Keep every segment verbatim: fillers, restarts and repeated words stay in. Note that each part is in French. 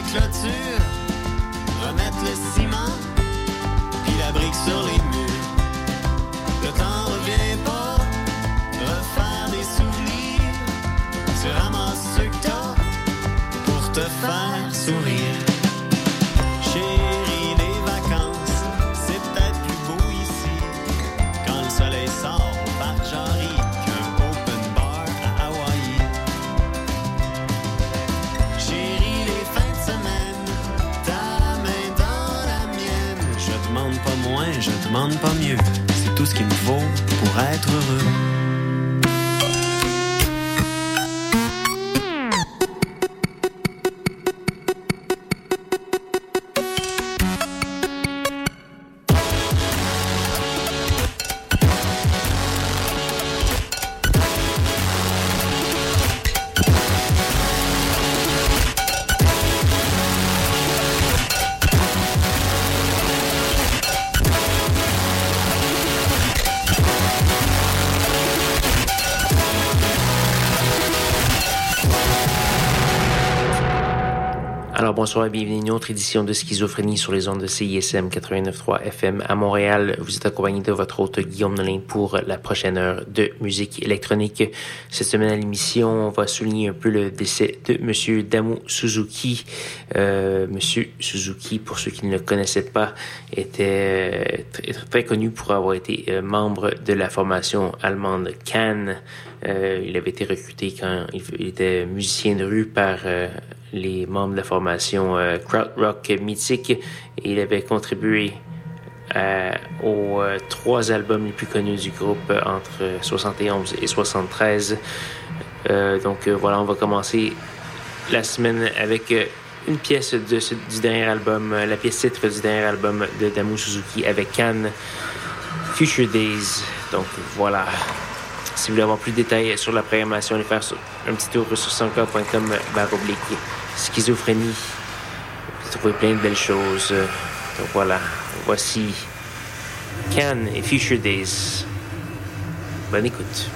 clôture, remettre le ciment, puis la brique sur les murs. Le temps revient pas, refaire des souvenirs. Tu ramasses ce que t'as pour te faire sourire. Chérie, les vacances, c'est peut-être plus beau ici. Quand le soleil sort au parc Jarry, qu'un open bar à Hawaï. Chérie, les fins de semaine, ta main dans la mienne. Je demande pas moins, je demande pas mieux. C'est tout ce qu'il me faut pour être heureux. Alors bonsoir et bienvenue à une autre édition de Schizophrénie sur les ondes de C I S M quatre-vingt-neuf virgule trois F M à Montréal. Vous êtes accompagné de votre hôte Guillaume Nolin pour la prochaine heure de musique électronique. Cette semaine à l'émission, on va souligner un peu le décès de Monsieur Damu Suzuki. Euh, Monsieur Suzuki, pour ceux qui ne le connaissaient pas, était très, très connu pour avoir été euh, membre de la formation allemande Can. Euh, il avait été recruté quand il était musicien de rue par euh, les membres de la formation euh, Krautrock mythique, et il avait contribué euh, aux euh, trois albums les plus connus du groupe euh, entre soixante et onze et soixante-treize. Euh, donc euh, voilà, on va commencer la semaine avec euh, une pièce de ce, du dernier album, euh, la pièce titre du dernier album de Damu Suzuki avec Can, Future Days. Donc voilà. Si vous voulez avoir plus de détails sur la programmation, allez faire un petit tour sur soundcloud point com barre oblique schizophrénie. Vous trouvez plein de belles choses. Donc voilà, voici Can et Future Days. Bonne écoute.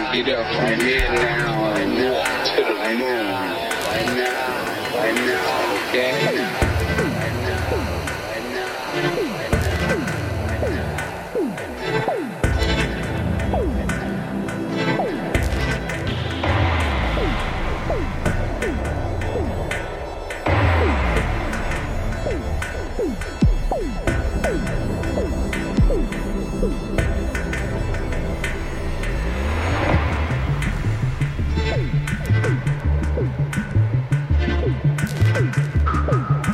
Get up from here now and to the moon. Right now, right now, okay? Thank you.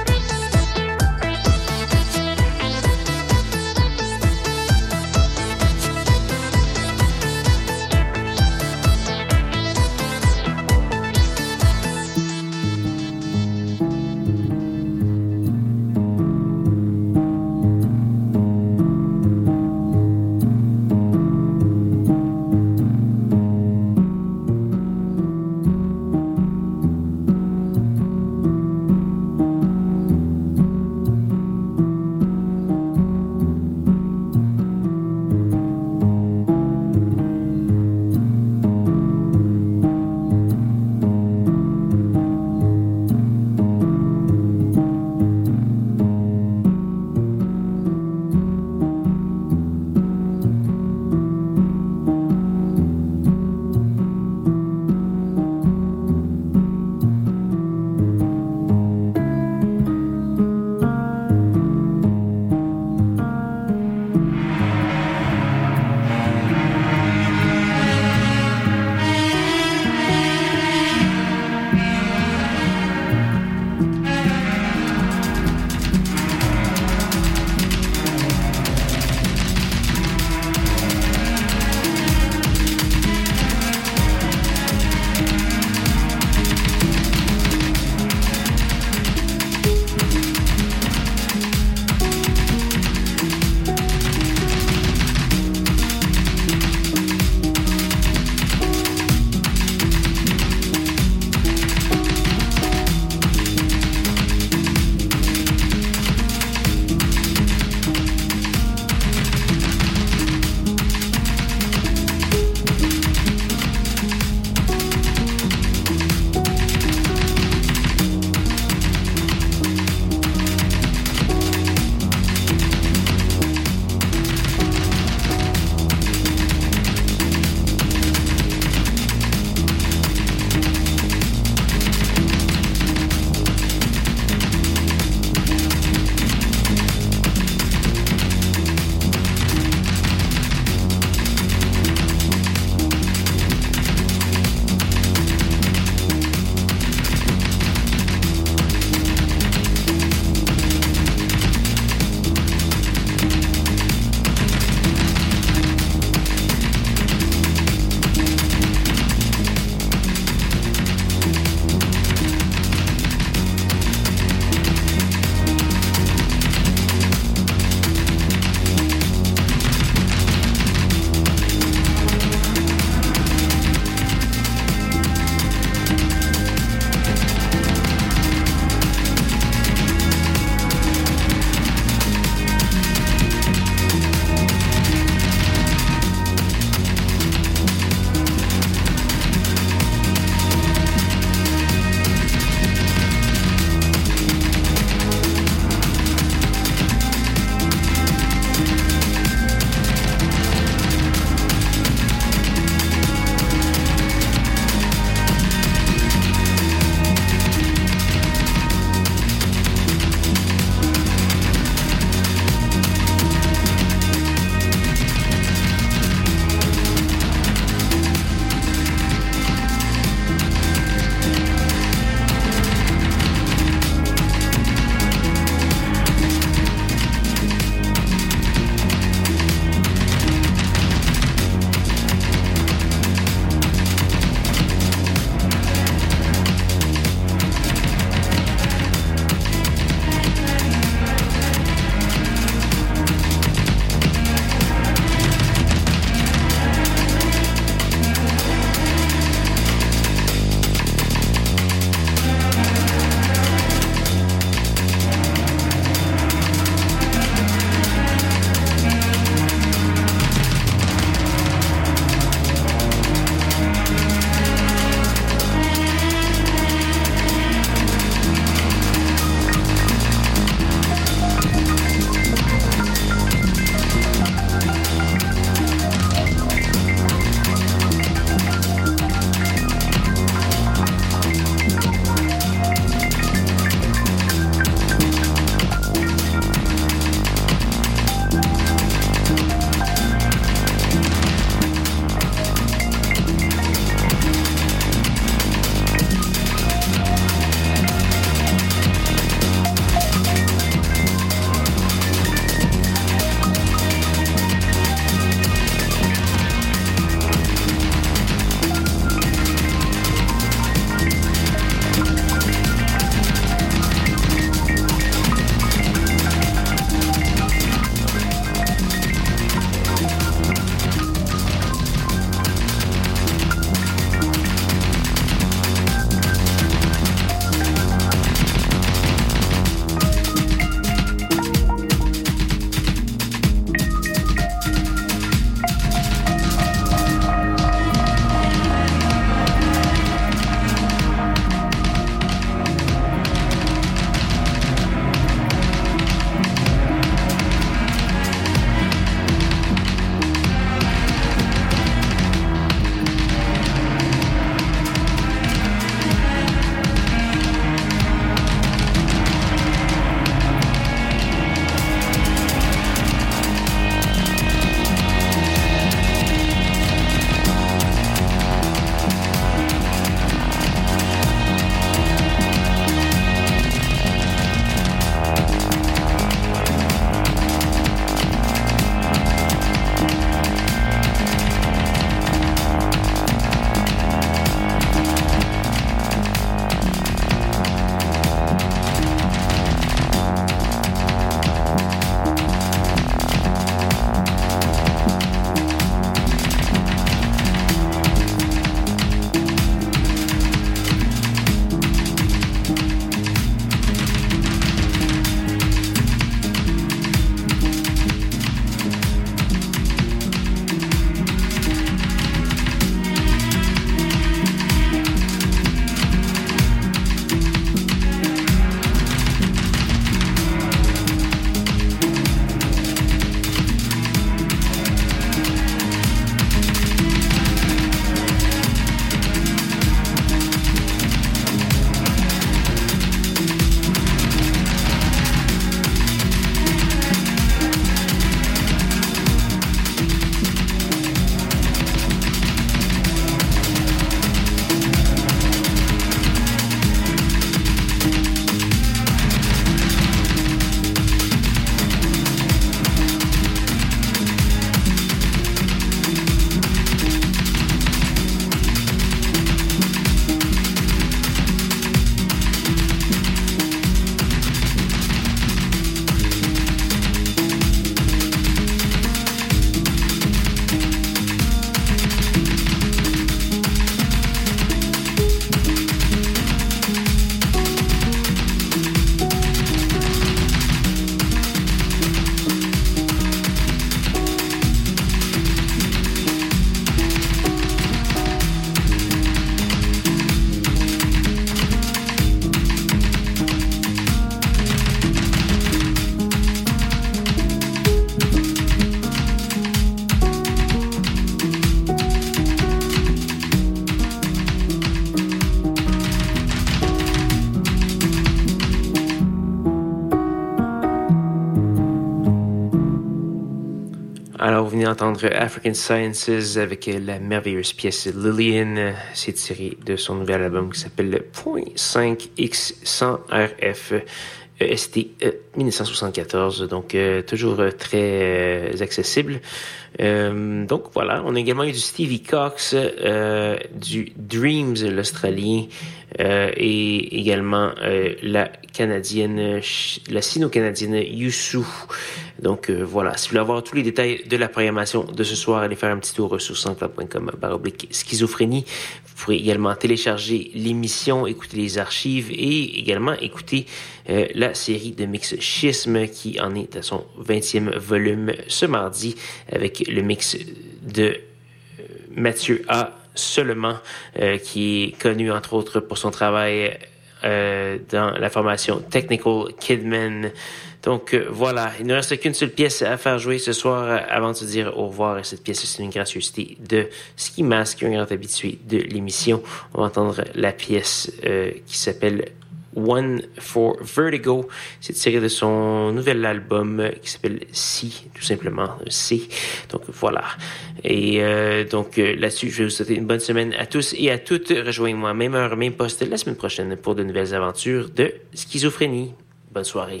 Alors, vous venez d'entendre African Sciences avec la merveilleuse pièce Lillian. C'est tiré de son nouvel album qui s'appelle point cinq X cent R F E S T euh, dix-neuf cent soixante-quatorze. Donc, euh, toujours euh, très euh, accessible. Euh, donc, voilà. On a également eu du Stevie Cox, euh, du Dreams, l'Australien, euh, et également euh, la Canadienne, la Sino-Canadienne Youssou. Donc euh, voilà, si vous voulez avoir tous les détails de la programmation de ce soir, allez faire un petit tour sur soundcloud point com barre oblique schizophrénie. Vous pourrez également télécharger l'émission, écouter les archives et également écouter euh, la série de mix Schisme qui en est à son vingtième volume ce mardi avec le mix de euh, Mathieu A. Seulement, euh, qui est connu entre autres pour son travail euh, dans la formation Technical Kidman. Donc euh, voilà, il ne reste qu'une seule pièce à faire jouer ce soir euh, avant de se dire au revoir. Et cette pièce, c'est une gracieuseté de Ski Mask, un grand habitué de l'émission. On va entendre la pièce euh, qui s'appelle One for Vertigo. C'est tiré de son nouvel album euh, qui s'appelle C, tout simplement C. Donc voilà. Et euh, donc euh, là-dessus, je vais vous souhaiter une bonne semaine à tous et à toutes. Rejoignez-moi même heure, même poste la semaine prochaine pour de nouvelles aventures de schizophrénie. Bonne soirée.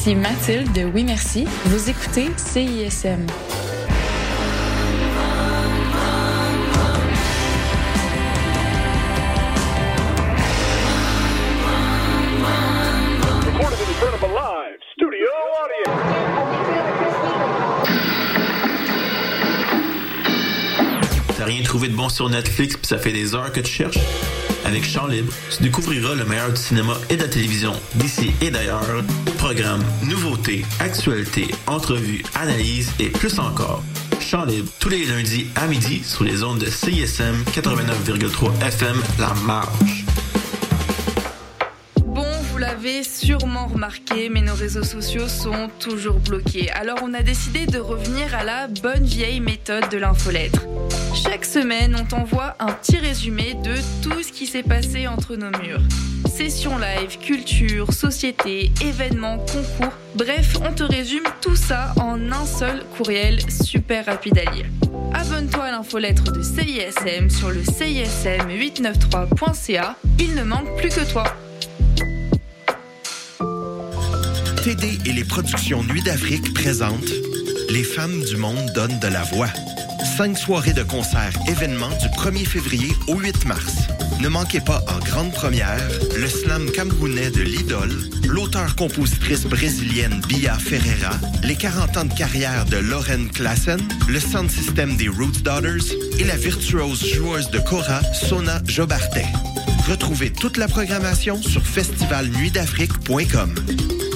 Ici Mathilde de Oui Merci. Vous écoutez C I S M. T'as rien trouvé de bon sur Netflix pis ça fait des heures que tu cherches? Avec Chant Libre, tu découvriras le meilleur du cinéma et de la télévision d'ici et d'ailleurs. Programmes, nouveautés, actualités, entrevues, analyses et plus encore. Chant Libre, tous les lundis à midi sur les ondes de C I S M quatre-vingt-neuf virgule trois F M La Marge. Vous l'avez sûrement remarqué, mais nos réseaux sociaux sont toujours bloqués. Alors on a décidé de revenir à la bonne vieille méthode de l'infolettre. Chaque semaine, on t'envoie un petit résumé de tout ce qui s'est passé entre nos murs. Sessions live, culture, société, événements, concours. Bref, on te résume tout ça en un seul courriel super rapide à lire. Abonne-toi à l'infolettre de C I S M sur le C I S M huit cent quatre-vingt-treize point C A. Il ne manque plus que toi. T D et les productions Nuit d'Afrique présentent Les femmes du monde donnent de la voix. Cinq soirées de concerts événements du premier février au huit mars. Ne manquez pas en grande première le slam camerounais de l'idole, l'auteure-compositrice brésilienne Bia Ferreira, les quarante ans de carrière de Lauren Klassen, le sound system des Roots Daughters et la virtuose joueuse de kora Sona Jobartet. Retrouvez toute la programmation sur festival nuit d'afrique point com.